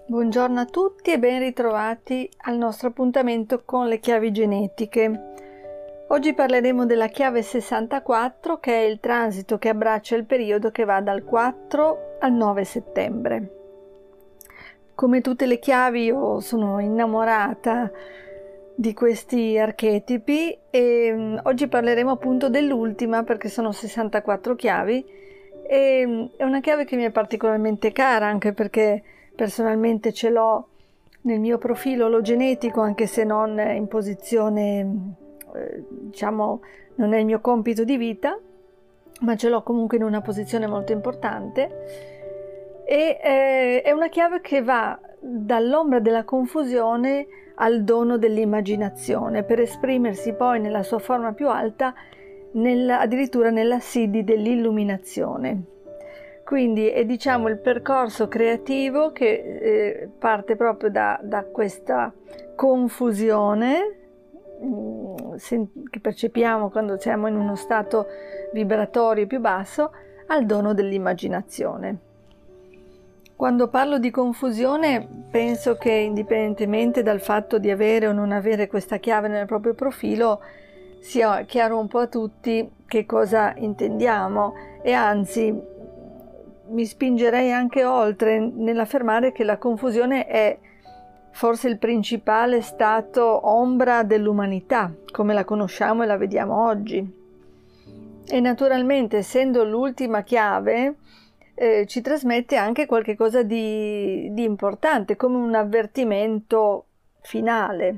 Buongiorno a tutti e ben ritrovati al nostro appuntamento con le chiavi genetiche. Oggi parleremo della chiave 64, che è il transito che abbraccia il periodo che va dal 4 al 9 settembre. Come tutte le chiavi, io sono innamorata di questi archetipi e oggi parleremo appunto dell'ultima, perché sono 64 chiavi e è una chiave che mi è particolarmente cara, anche perché personalmente ce l'ho nel mio profilo ologenetico, anche se non in posizione, diciamo, non è il mio compito di vita, ma ce l'ho comunque in una posizione molto importante e è una chiave che va dall'ombra della confusione al dono dell'immaginazione, per esprimersi poi nella sua forma più alta, addirittura nella Siddhi dell'illuminazione. Quindi è, diciamo, il percorso creativo che parte proprio da questa confusione che percepiamo quando siamo in uno stato vibratorio più basso, al dono dell'immaginazione. Quando parlo di confusione, penso che indipendentemente dal fatto di avere o non avere questa chiave nel proprio profilo, sia chiaro un po' a tutti che cosa intendiamo, e anzi mi spingerei anche oltre nell'affermare che la confusione è forse il principale stato ombra dell'umanità, come la conosciamo e la vediamo oggi. E naturalmente, essendo l'ultima chiave, ci trasmette anche qualche cosa di importante, come un avvertimento finale.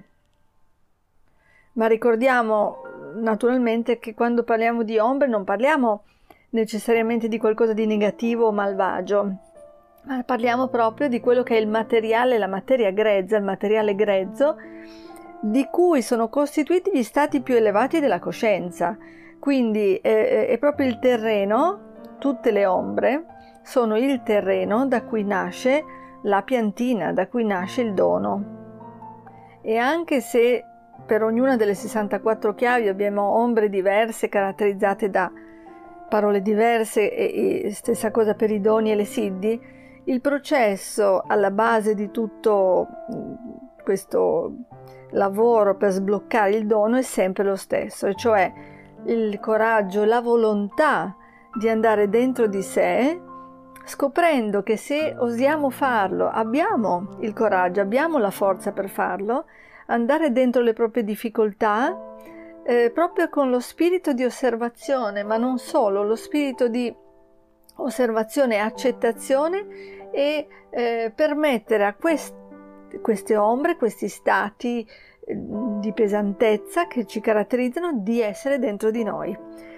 Ma ricordiamo naturalmente che quando parliamo di ombre non parliamo necessariamente di qualcosa di negativo o malvagio, ma parliamo proprio di quello che è il materiale, la materia grezza, il materiale grezzo, di cui sono costituiti gli stati più elevati della coscienza. Quindi è proprio il terreno, tutte le ombre sono il terreno da cui nasce la piantina, da cui nasce il dono. E anche se per ognuna delle 64 chiavi abbiamo ombre diverse caratterizzate da parole diverse e stessa cosa per i doni e le siddhi, il processo alla base di tutto questo lavoro per sbloccare il dono è sempre lo stesso, e cioè il coraggio, la volontà di andare dentro di sé, scoprendo che se osiamo farlo, abbiamo il coraggio, abbiamo la forza per farlo, andare dentro le proprie difficoltà, proprio con lo spirito di osservazione, ma non solo, lo spirito di osservazione e accettazione, e permettere a queste ombre, questi stati di pesantezza che ci caratterizzano, di essere dentro di noi,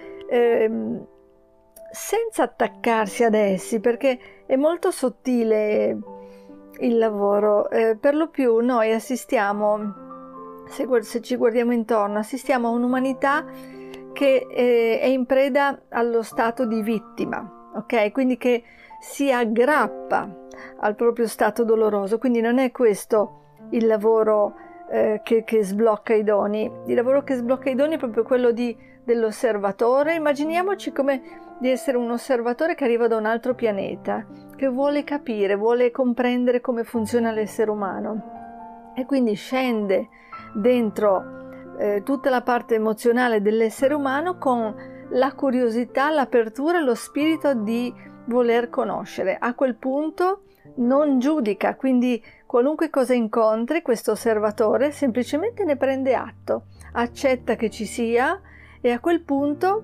senza attaccarsi ad essi, perché è molto sottile il lavoro. Per lo più noi assistiamo, se ci guardiamo intorno, assistiamo a un'umanità che è in preda allo stato di vittima, ok? Quindi che si aggrappa al proprio stato doloroso. Quindi non è questo il lavoro che sblocca i doni. Il lavoro che sblocca i doni è proprio quello dell'osservatore. Immaginiamoci come di essere un osservatore che arriva da un altro pianeta, che vuole capire, vuole comprendere come funziona l'essere umano, e quindi scende dentro tutta la parte emozionale dell'essere umano con la curiosità, l'apertura e lo spirito di voler conoscere. A quel punto non giudica, quindi qualunque cosa incontri, questo osservatore semplicemente ne prende atto, accetta che ci sia, e a quel punto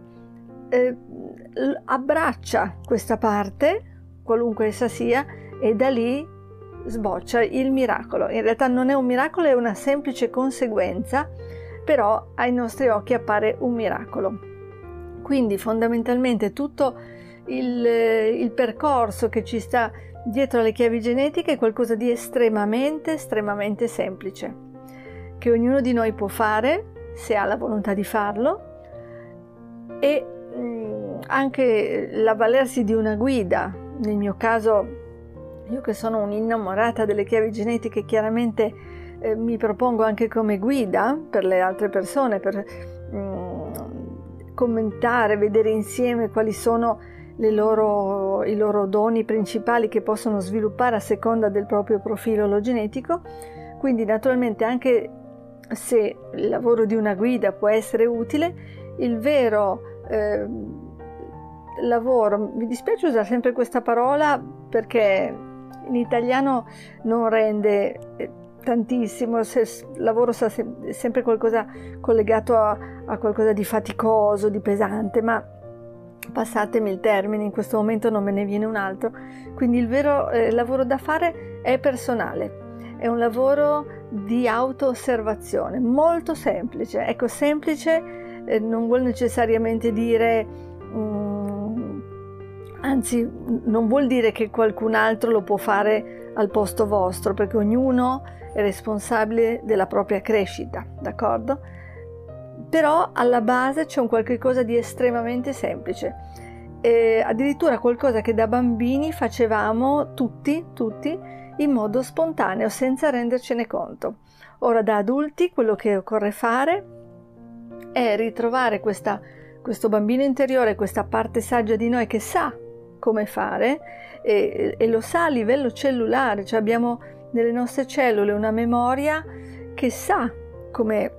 abbraccia questa parte, qualunque essa sia, e da lì sboccia il miracolo. In realtà non è un miracolo, è una semplice conseguenza, però ai nostri occhi appare un miracolo. Quindi fondamentalmente tutto il percorso che ci sta dietro alle chiavi genetiche è qualcosa di estremamente semplice, che ognuno di noi può fare se ha la volontà di farlo, e anche l'avvalersi di una guida. Nel mio caso, io che sono un'innamorata delle chiavi genetiche, chiaramente mi propongo anche come guida per le altre persone, per commentare, vedere insieme quali sono i loro doni principali che possono sviluppare a seconda del proprio profilo ologenetico. Quindi naturalmente, anche se il lavoro di una guida può essere utile, il vero lavoro, mi dispiace usare sempre questa parola perché in italiano non rende tantissimo, se lavoro è sempre qualcosa collegato a qualcosa di faticoso, di pesante, ma passatemi il termine, in questo momento non me ne viene un altro. Quindi il vero lavoro da fare è personale, è un lavoro di auto-osservazione, molto semplice. Ecco, semplice non vuol necessariamente dire, anzi non vuol dire che qualcun altro lo può fare al posto vostro, perché ognuno è responsabile della propria crescita, d'accordo? Però alla base c'è un qualche cosa di estremamente semplice, addirittura qualcosa che da bambini facevamo tutti in modo spontaneo, senza rendercene conto. Ora da adulti quello che occorre fare è ritrovare questo bambino interiore, questa parte saggia di noi che sa come fare e lo sa a livello cellulare, cioè abbiamo nelle nostre cellule una memoria che sa come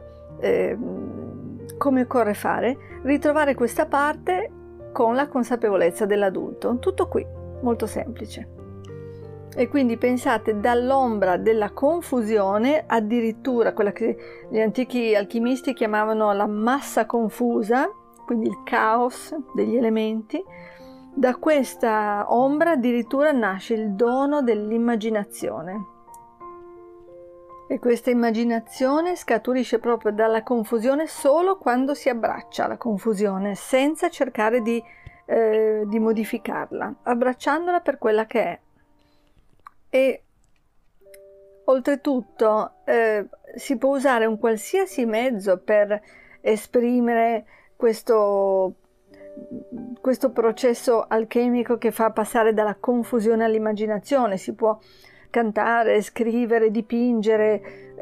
occorre fare, ritrovare questa parte con la consapevolezza dell'adulto. Tutto qui, molto semplice. E quindi pensate, dall'ombra della confusione, addirittura quella che gli antichi alchimisti chiamavano la massa confusa, quindi il caos degli elementi, da questa ombra addirittura nasce il dono dell'immaginazione. E questa immaginazione scaturisce proprio dalla confusione solo quando si abbraccia la confusione, senza cercare di modificarla, abbracciandola per quella che è. E oltretutto si può usare un qualsiasi mezzo per esprimere questo processo alchemico che fa passare dalla confusione all'immaginazione. Si può cantare, scrivere, dipingere.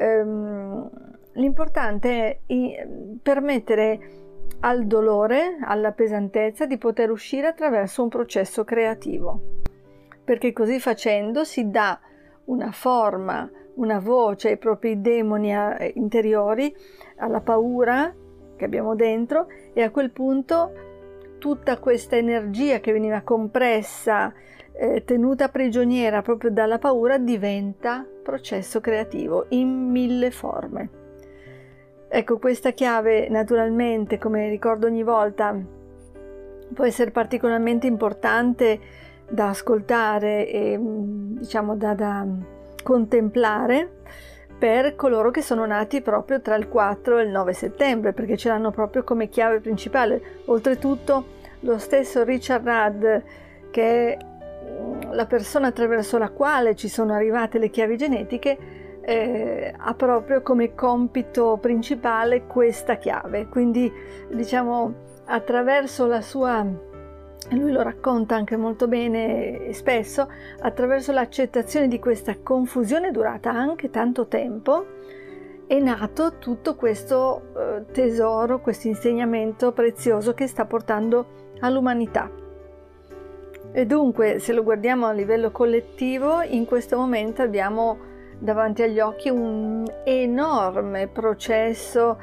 L'importante è permettere al dolore, alla pesantezza, di poter uscire attraverso un processo creativo, perché così facendo si dà una forma, una voce ai propri demoni interiori, alla paura che abbiamo dentro, e a quel punto tutta questa energia che veniva compressa, tenuta prigioniera proprio dalla paura, diventa processo creativo in 1000 forme. Ecco, questa chiave naturalmente, come ricordo ogni volta, può essere particolarmente importante da ascoltare e diciamo da contemplare per coloro che sono nati proprio tra il 4 e il 9 settembre, perché ce l'hanno proprio come chiave principale. Oltretutto lo stesso Richard Rudd, che è la persona attraverso la quale ci sono arrivate le chiavi genetiche, ha proprio come compito principale questa chiave. Quindi diciamo attraverso la sua, lui lo racconta anche molto bene e spesso, attraverso l'accettazione di questa confusione durata anche tanto tempo, è nato tutto questo tesoro, questo insegnamento prezioso che sta portando all'umanità. E dunque, se lo guardiamo a livello collettivo, in questo momento abbiamo davanti agli occhi un enorme processo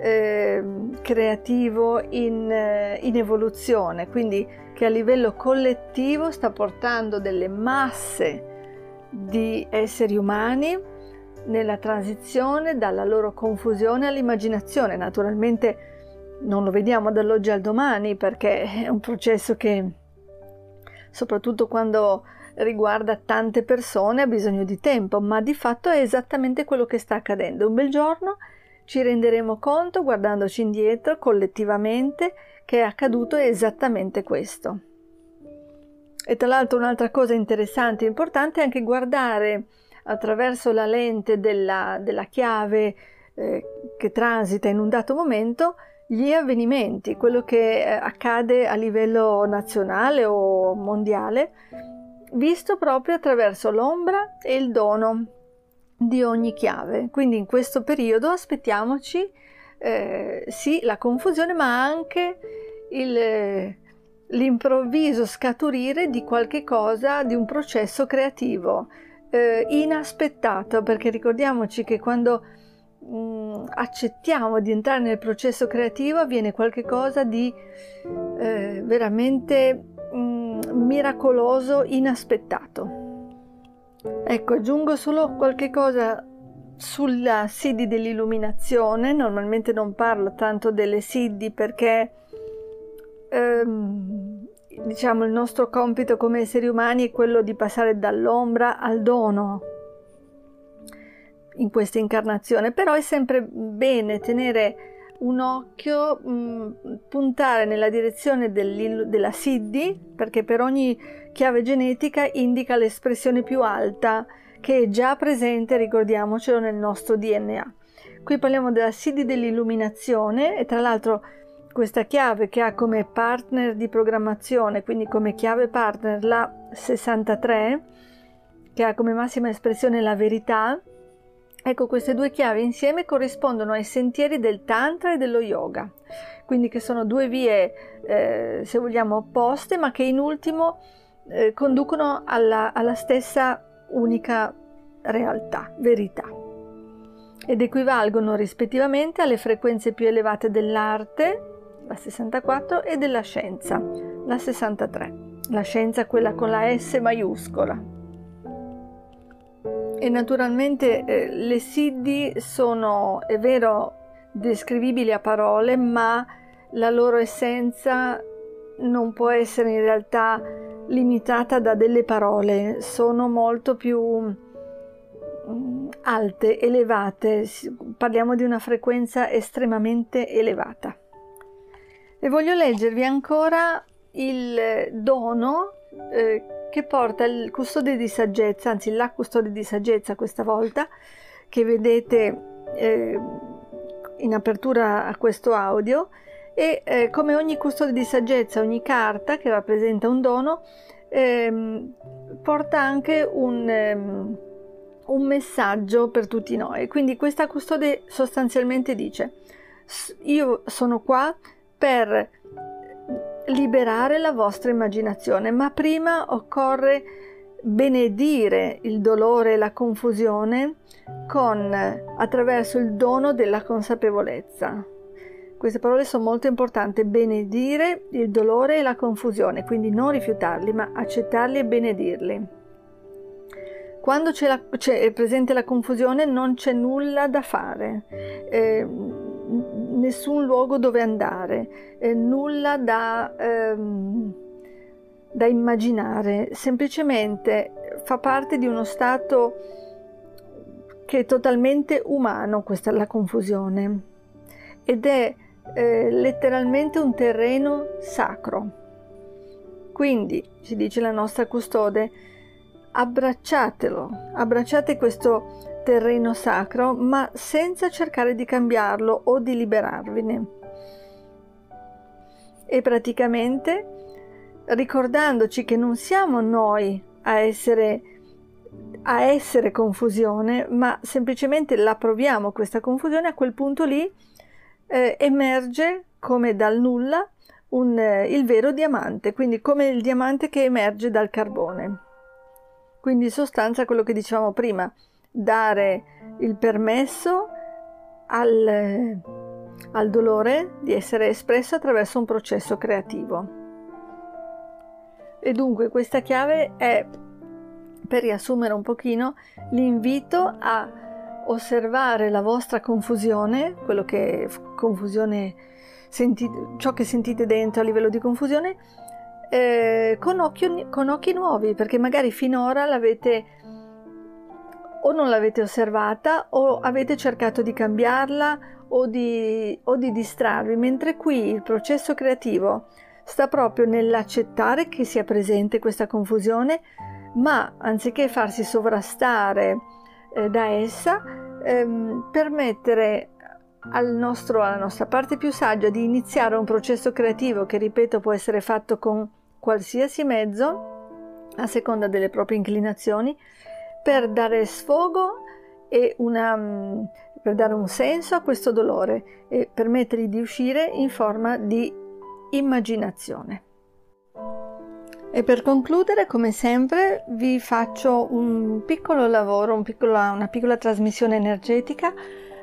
creativo in evoluzione, quindi che a livello collettivo sta portando delle masse di esseri umani nella transizione dalla loro confusione all'immaginazione. Naturalmente non lo vediamo dall'oggi al domani, perché è un processo che, soprattutto quando riguarda tante persone, ha bisogno di tempo, ma di fatto è esattamente quello che sta accadendo. Un bel giorno ci renderemo conto, guardandoci indietro collettivamente, che è accaduto esattamente questo. E tra l'altro un'altra cosa interessante e importante è anche guardare attraverso la lente della chiave che transita in un dato momento gli avvenimenti, quello che accade a livello nazionale o mondiale, visto proprio attraverso l'ombra e il dono di ogni chiave. Quindi in questo periodo aspettiamoci sì la confusione, ma anche l'improvviso scaturire di qualche cosa, di un processo creativo inaspettato, perché ricordiamoci che quando accettiamo di entrare nel processo creativo avviene qualche cosa di veramente miracoloso, inaspettato. Ecco, aggiungo solo qualche cosa sulla Siddhi dell'illuminazione. Normalmente non parlo tanto delle Siddhi perché diciamo il nostro compito come esseri umani è quello di passare dall'ombra al dono in questa incarnazione, però è sempre bene tenere un occhio, puntare nella direzione della Siddhi, perché per ogni chiave genetica indica l'espressione più alta che è già presente, ricordiamocelo, nel nostro DNA. Qui parliamo della Siddhi dell'illuminazione e tra l'altro questa chiave che ha come partner di programmazione, quindi come chiave partner la 63, che ha come massima espressione la verità. Ecco, queste due chiavi insieme corrispondono ai sentieri del Tantra e dello Yoga, quindi che sono due vie, se vogliamo, opposte, ma che in ultimo conducono alla stessa unica realtà, verità, ed equivalgono rispettivamente alle frequenze più elevate dell'arte, la 64, e della scienza, la 63. La scienza, quella con la S maiuscola. E naturalmente le Siddhi sono, è vero, descrivibili a parole, ma la loro essenza non può essere in realtà limitata da delle parole, sono molto più alte, elevate, parliamo di una frequenza estremamente elevata. E voglio leggervi ancora il dono che porta il custode di saggezza, anzi la custode di saggezza questa volta, che vedete in apertura a questo audio, e come ogni custode di saggezza, ogni carta che rappresenta un dono porta anche un messaggio per tutti noi. Quindi questa custode sostanzialmente dice: io sono qua per liberare la vostra immaginazione, ma prima occorre benedire il dolore e la confusione attraverso il dono della consapevolezza. Queste parole sono molto importanti: benedire il dolore e la confusione, quindi non rifiutarli, ma accettarli e benedirli. Quando c'è presente la confusione non c'è nulla da fare, nessun luogo dove andare, nulla da immaginare, semplicemente fa parte di uno stato che è totalmente umano, questa è la confusione, ed è letteralmente un terreno sacro. Quindi, ci dice la nostra custode, abbracciate questo terreno sacro, ma senza cercare di cambiarlo o di liberarvene. E praticamente ricordandoci che non siamo noi a essere confusione, ma semplicemente la proviamo questa confusione, a quel punto lì emerge come dal nulla il vero diamante, quindi come il diamante che emerge dal carbone. Quindi in sostanza quello che dicevamo prima, dare il permesso al dolore di essere espresso attraverso un processo creativo. E dunque questa chiave è, per riassumere un pochino, l'invito a osservare la vostra confusione, quello che confusione ciò che sentite dentro a livello di confusione, con occhi nuovi, perché magari finora o non l'avete osservata o avete cercato di cambiarla o di distrarvi, mentre qui il processo creativo sta proprio nell'accettare che sia presente questa confusione, ma anziché farsi sovrastare da essa, permettere alla nostra parte più saggia di iniziare un processo creativo che, ripeto, può essere fatto con qualsiasi mezzo a seconda delle proprie inclinazioni, per dare sfogo e per dare un senso a questo dolore e permettergli di uscire in forma di immaginazione. E per concludere, come sempre, vi faccio un piccolo lavoro, una piccola trasmissione energetica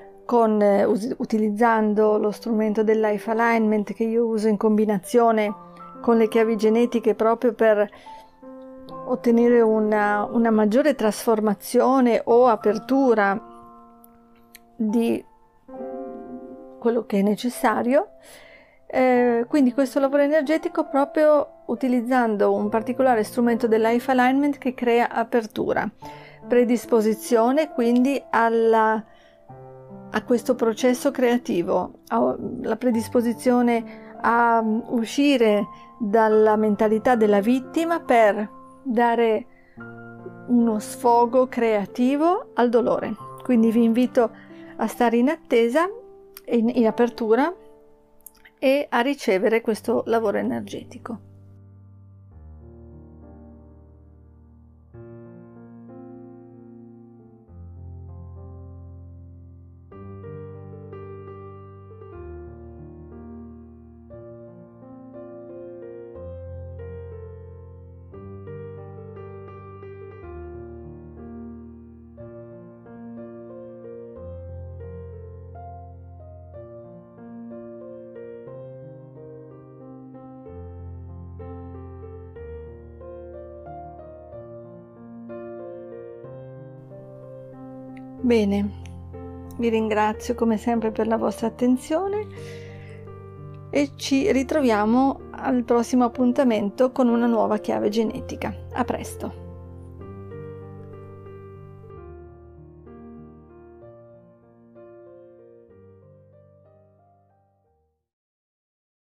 utilizzando lo strumento del Life Alignment che io uso in combinazione con le chiavi genetiche proprio per ottenere una maggiore trasformazione o apertura di quello che è necessario. Quindi questo lavoro energetico proprio utilizzando un particolare strumento del Life Alignment che crea apertura, predisposizione quindi a questo processo creativo, la predisposizione a uscire dalla mentalità della vittima per dare uno sfogo creativo al dolore. Quindi vi invito a stare in attesa, in apertura, e a ricevere questo lavoro energetico. Bene, vi ringrazio come sempre per la vostra attenzione e ci ritroviamo al prossimo appuntamento con una nuova chiave genetica. A presto!